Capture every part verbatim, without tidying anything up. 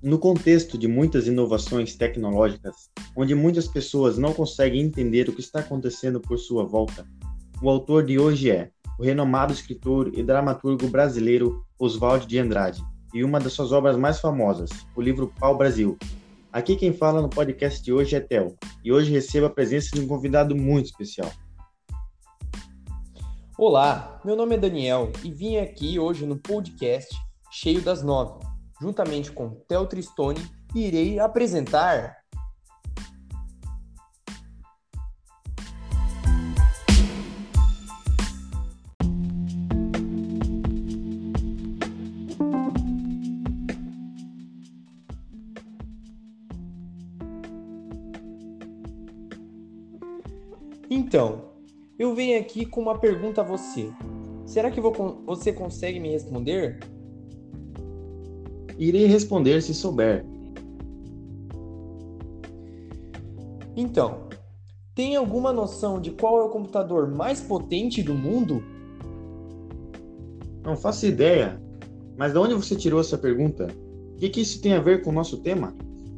No contexto de muitas inovações tecnológicas, onde muitas pessoas não conseguem entender o que está acontecendo por sua volta, o autor de hoje é o renomado escritor e dramaturgo brasileiro Oswald de Andrade, e uma das suas obras mais famosas, o livro Pau-Brasil. Aqui quem fala no podcast de hoje é Theo, e hoje recebo a presença de um convidado muito especial. Olá, meu nome é Daniel e vim aqui hoje no podcast Cheio das Nove, juntamente com Theo Tristone, e irei apresentar... Então, eu venho aqui com uma pergunta a você. Será que vou, você consegue me responder? Irei responder se souber. Então, tem alguma noção de qual é o computador mais potente do mundo? Não faço ideia, mas de onde você tirou essa pergunta? O que, que isso tem a ver com o nosso tema?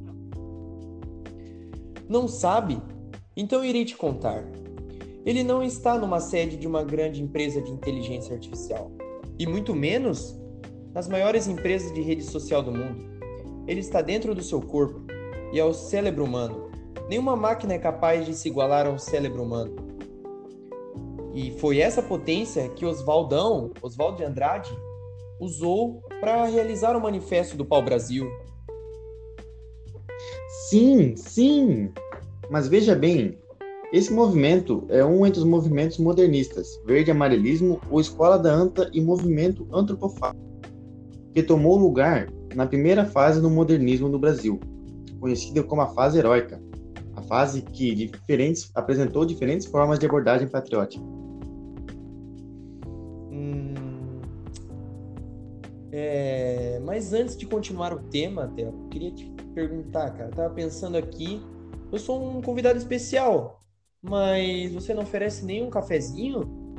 Não sabe? Então eu irei te contar. Ele não está numa sede de uma grande empresa de inteligência artificial, e muito menos nas maiores empresas de rede social do mundo. Ele está dentro do seu corpo, e é o cérebro humano. Nenhuma máquina é capaz de se igualar a um cérebro humano. E foi essa potência que Oswaldão, Oswald de Andrade, usou para realizar o manifesto do Pau-Brasil. Sim, sim! Mas veja bem, esse movimento é um entre os movimentos modernistas, verde-amarelismo ou escola da anta e movimento antropofágico, que tomou lugar na primeira fase do modernismo no Brasil, conhecida como a fase heróica, a fase que diferentes, apresentou diferentes formas de abordagem patriótica. Hum, é, mas antes de continuar o tema, Theo, eu queria te perguntar, cara, eu tava pensando aqui, eu sou um convidado especial, mas você não oferece nenhum cafezinho?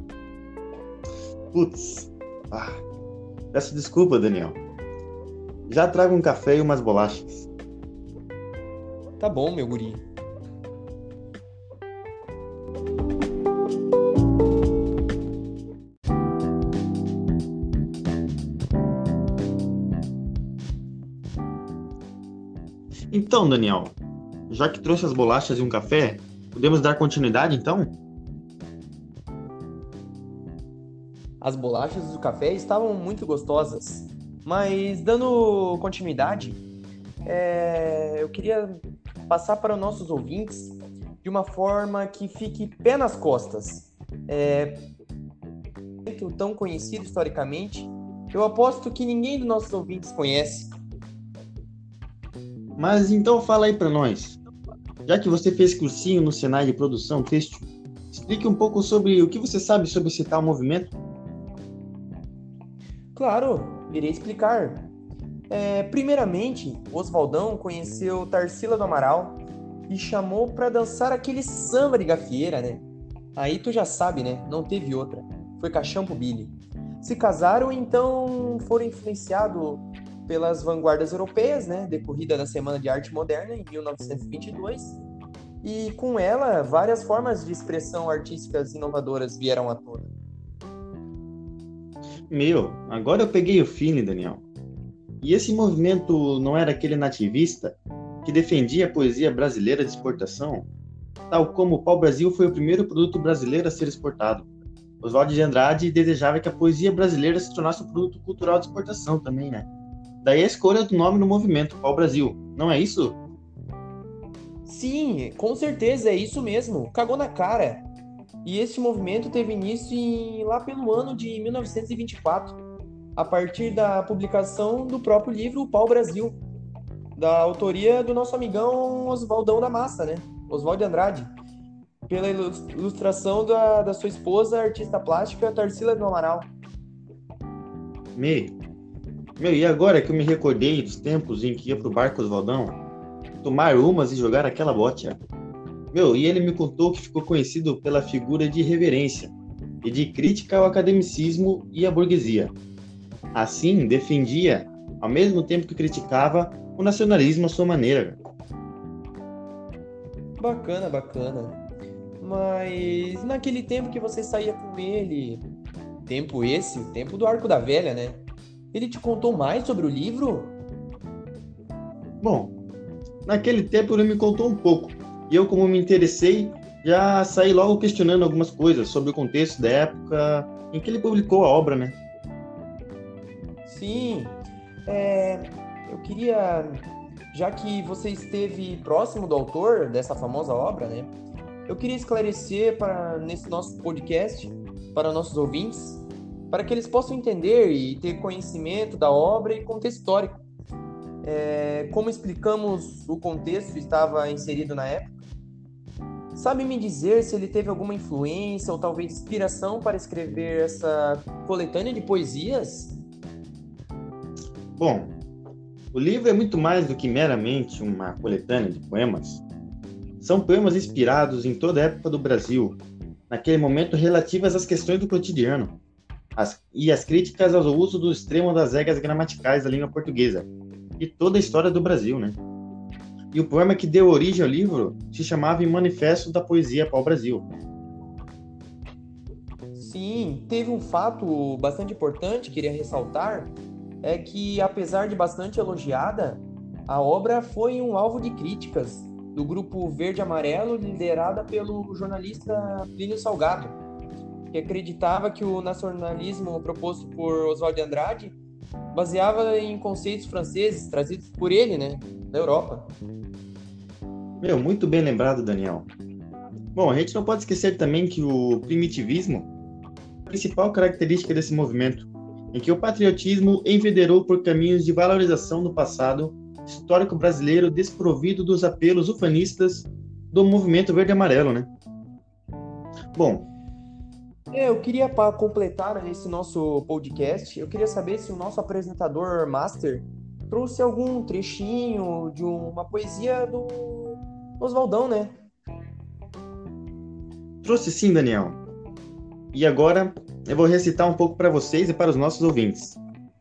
Putz, ah, peço desculpa, Daniel. Já trago um café e umas bolachas. Tá bom, meu guri. Então, Daniel, já que trouxe as bolachas e um café, podemos dar continuidade, então? As bolachas do café estavam muito gostosas, mas dando continuidade, é, eu queria passar para os nossos ouvintes de uma forma que fique pé nas costas. É, tão conhecido historicamente, eu aposto que ninguém dos nossos ouvintes conhece. Mas então fala aí para nós. Já que você fez cursinho no Senai de Produção Têxtil, explique um pouco sobre o que você sabe sobre esse tal movimento. Claro, irei explicar. É, primeiramente, Oswaldão conheceu Tarsila do Amaral e chamou para dançar aquele samba de gafieira, né? Aí tu já sabe, né? Não teve outra. Foi Caixão pro Billy. Se casaram, então foram influenciados pelas vanguardas europeias, né? Decorrida da Semana de Arte Moderna, em mil novecentos e vinte e dois. E com ela, várias formas de expressão artísticas inovadoras vieram à tona. Meu, agora eu peguei o feeling, Daniel. E esse movimento não era aquele nativista que defendia a poesia brasileira de exportação? Tal como o pau-brasil foi o primeiro produto brasileiro a ser exportado. Oswald de Andrade desejava que a poesia brasileira se tornasse um produto cultural de exportação também, né? Daí a escolha do nome do movimento, Pau-Brasil. Não é isso? Sim, com certeza, é isso mesmo. Cagou na cara. E esse movimento teve início em, lá pelo ano de mil novecentos e vinte e quatro, a partir da publicação do próprio livro O Pau-Brasil, da autoria do nosso amigão Oswaldão da Massa, né? Oswald de Andrade, pela ilustração da, da sua esposa, a artista plástica Tarsila do Amaral. Me, Meu, e agora que eu me recordei dos tempos em que ia pro bar com o Oswaldão, tomar umas e jogar aquela botia. Meu, e ele me contou que ficou conhecido pela figura de irreverência e de crítica ao academicismo e à burguesia. Assim, defendia, ao mesmo tempo que criticava, o nacionalismo à sua maneira. Bacana, bacana. Mas naquele tempo que você saía com ele, tempo esse, tempo do Arco da Velha, né? Ele te contou mais sobre o livro? Bom, naquele tempo ele me contou um pouco, e eu, como me interessei, já saí logo questionando algumas coisas sobre o contexto da época em que ele publicou a obra, né? Sim, é, eu queria, já que você esteve próximo do autor dessa famosa obra, né? Eu queria esclarecer para nesse nosso podcast, para nossos ouvintes, para que eles possam entender e ter conhecimento da obra e contexto histórico. É, como explicamos, o contexto estava inserido na época. Sabe me dizer se ele teve alguma influência ou talvez inspiração para escrever essa coletânea de poesias? Bom, o livro é muito mais do que meramente uma coletânea de poemas. São poemas inspirados em toda a época do Brasil, naquele momento relativas às questões do cotidiano, as, e as críticas ao uso do extremo das regras gramaticais da língua portuguesa, e toda a história do Brasil, né? E o poema que deu origem ao livro se chamava Manifesto da Poesia para o Brasil. Sim, teve um fato bastante importante, queria ressaltar, é que, apesar de bastante elogiada, a obra foi um alvo de críticas do grupo Verde Amarelo, liderada pelo jornalista Plínio Salgado, que acreditava que o nacionalismo proposto por Oswald de Andrade baseava em conceitos franceses trazidos por ele, né, da Europa. Meu, muito bem lembrado, Daniel. Bom, a gente não pode esquecer também que o primitivismo é a principal característica desse movimento, em que o patriotismo enveredou por caminhos de valorização do passado histórico brasileiro desprovido dos apelos ufanistas do movimento verde-amarelo, né? Bom, É, eu queria, para completar esse nosso podcast, eu queria saber se o nosso apresentador master trouxe algum trechinho de uma poesia do Oswaldão, né? trouxe sim, Daniel. E agora eu vou recitar um pouco para vocês e para os nossos ouvintes.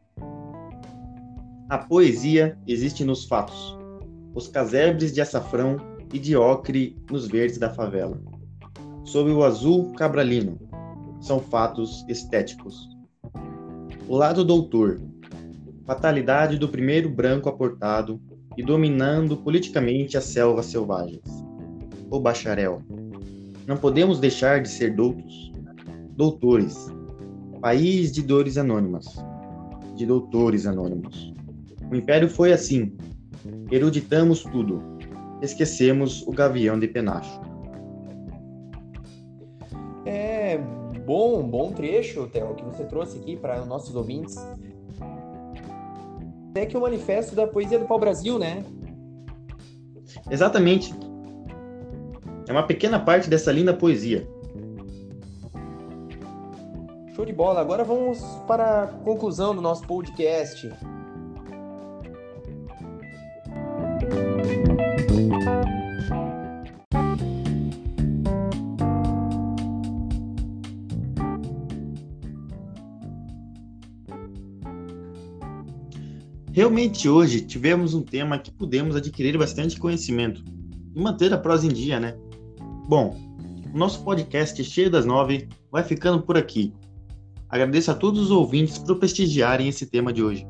A poesia existe nos fatos, os casebres de açafrão e de ocre nos verdes da favela. Sob o azul cabralino, são fatos estéticos. O lado doutor, fatalidade do primeiro branco aportado e dominando politicamente as selvas selvagens. O bacharel, não podemos deixar de ser doutos. Doutores, país de dores anônimas, de doutores anônimos. O império foi assim, eruditamos tudo, esquecemos o gavião de penacho. É bom, bom trecho, Theo, que você trouxe aqui para os nossos ouvintes. É que o manifesto da poesia do pau-brasil, né? Exatamente. É uma pequena parte dessa linda poesia. Show de bola. Agora vamos para a conclusão do nosso podcast. Realmente hoje tivemos um tema que pudemos adquirir bastante conhecimento e manter a prosa em dia, né? Bom, o nosso podcast Cheio das Nove vai ficando por aqui. Agradeço a todos os ouvintes por prestigiarem esse tema de hoje.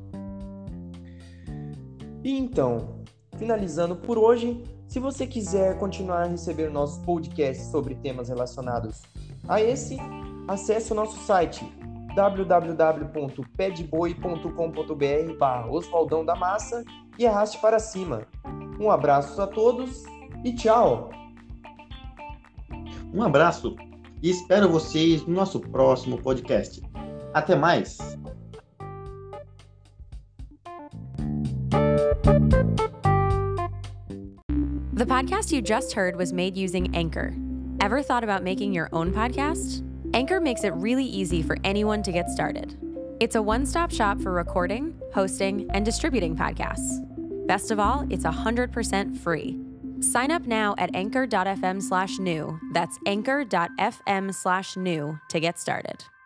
E então, finalizando por hoje, se você quiser continuar a receber nossos podcasts sobre temas relacionados a esse, acesse o nosso site w w w ponto pedboi ponto com ponto b r barra Oswaldão da Massa e arraste para cima. Um abraço a todos e tchau! Um abraço e espero vocês no nosso próximo podcast. Até mais! The podcast you just heard was made using Anchor. Ever thought about making your own podcast? Anchor makes it really easy for anyone to get started. It's a one-stop shop for recording, hosting, and distributing podcasts. Best of all, it's one hundred percent free. Sign up now at anchor dot f m slash new. That's anchor dot f m slash new to get started.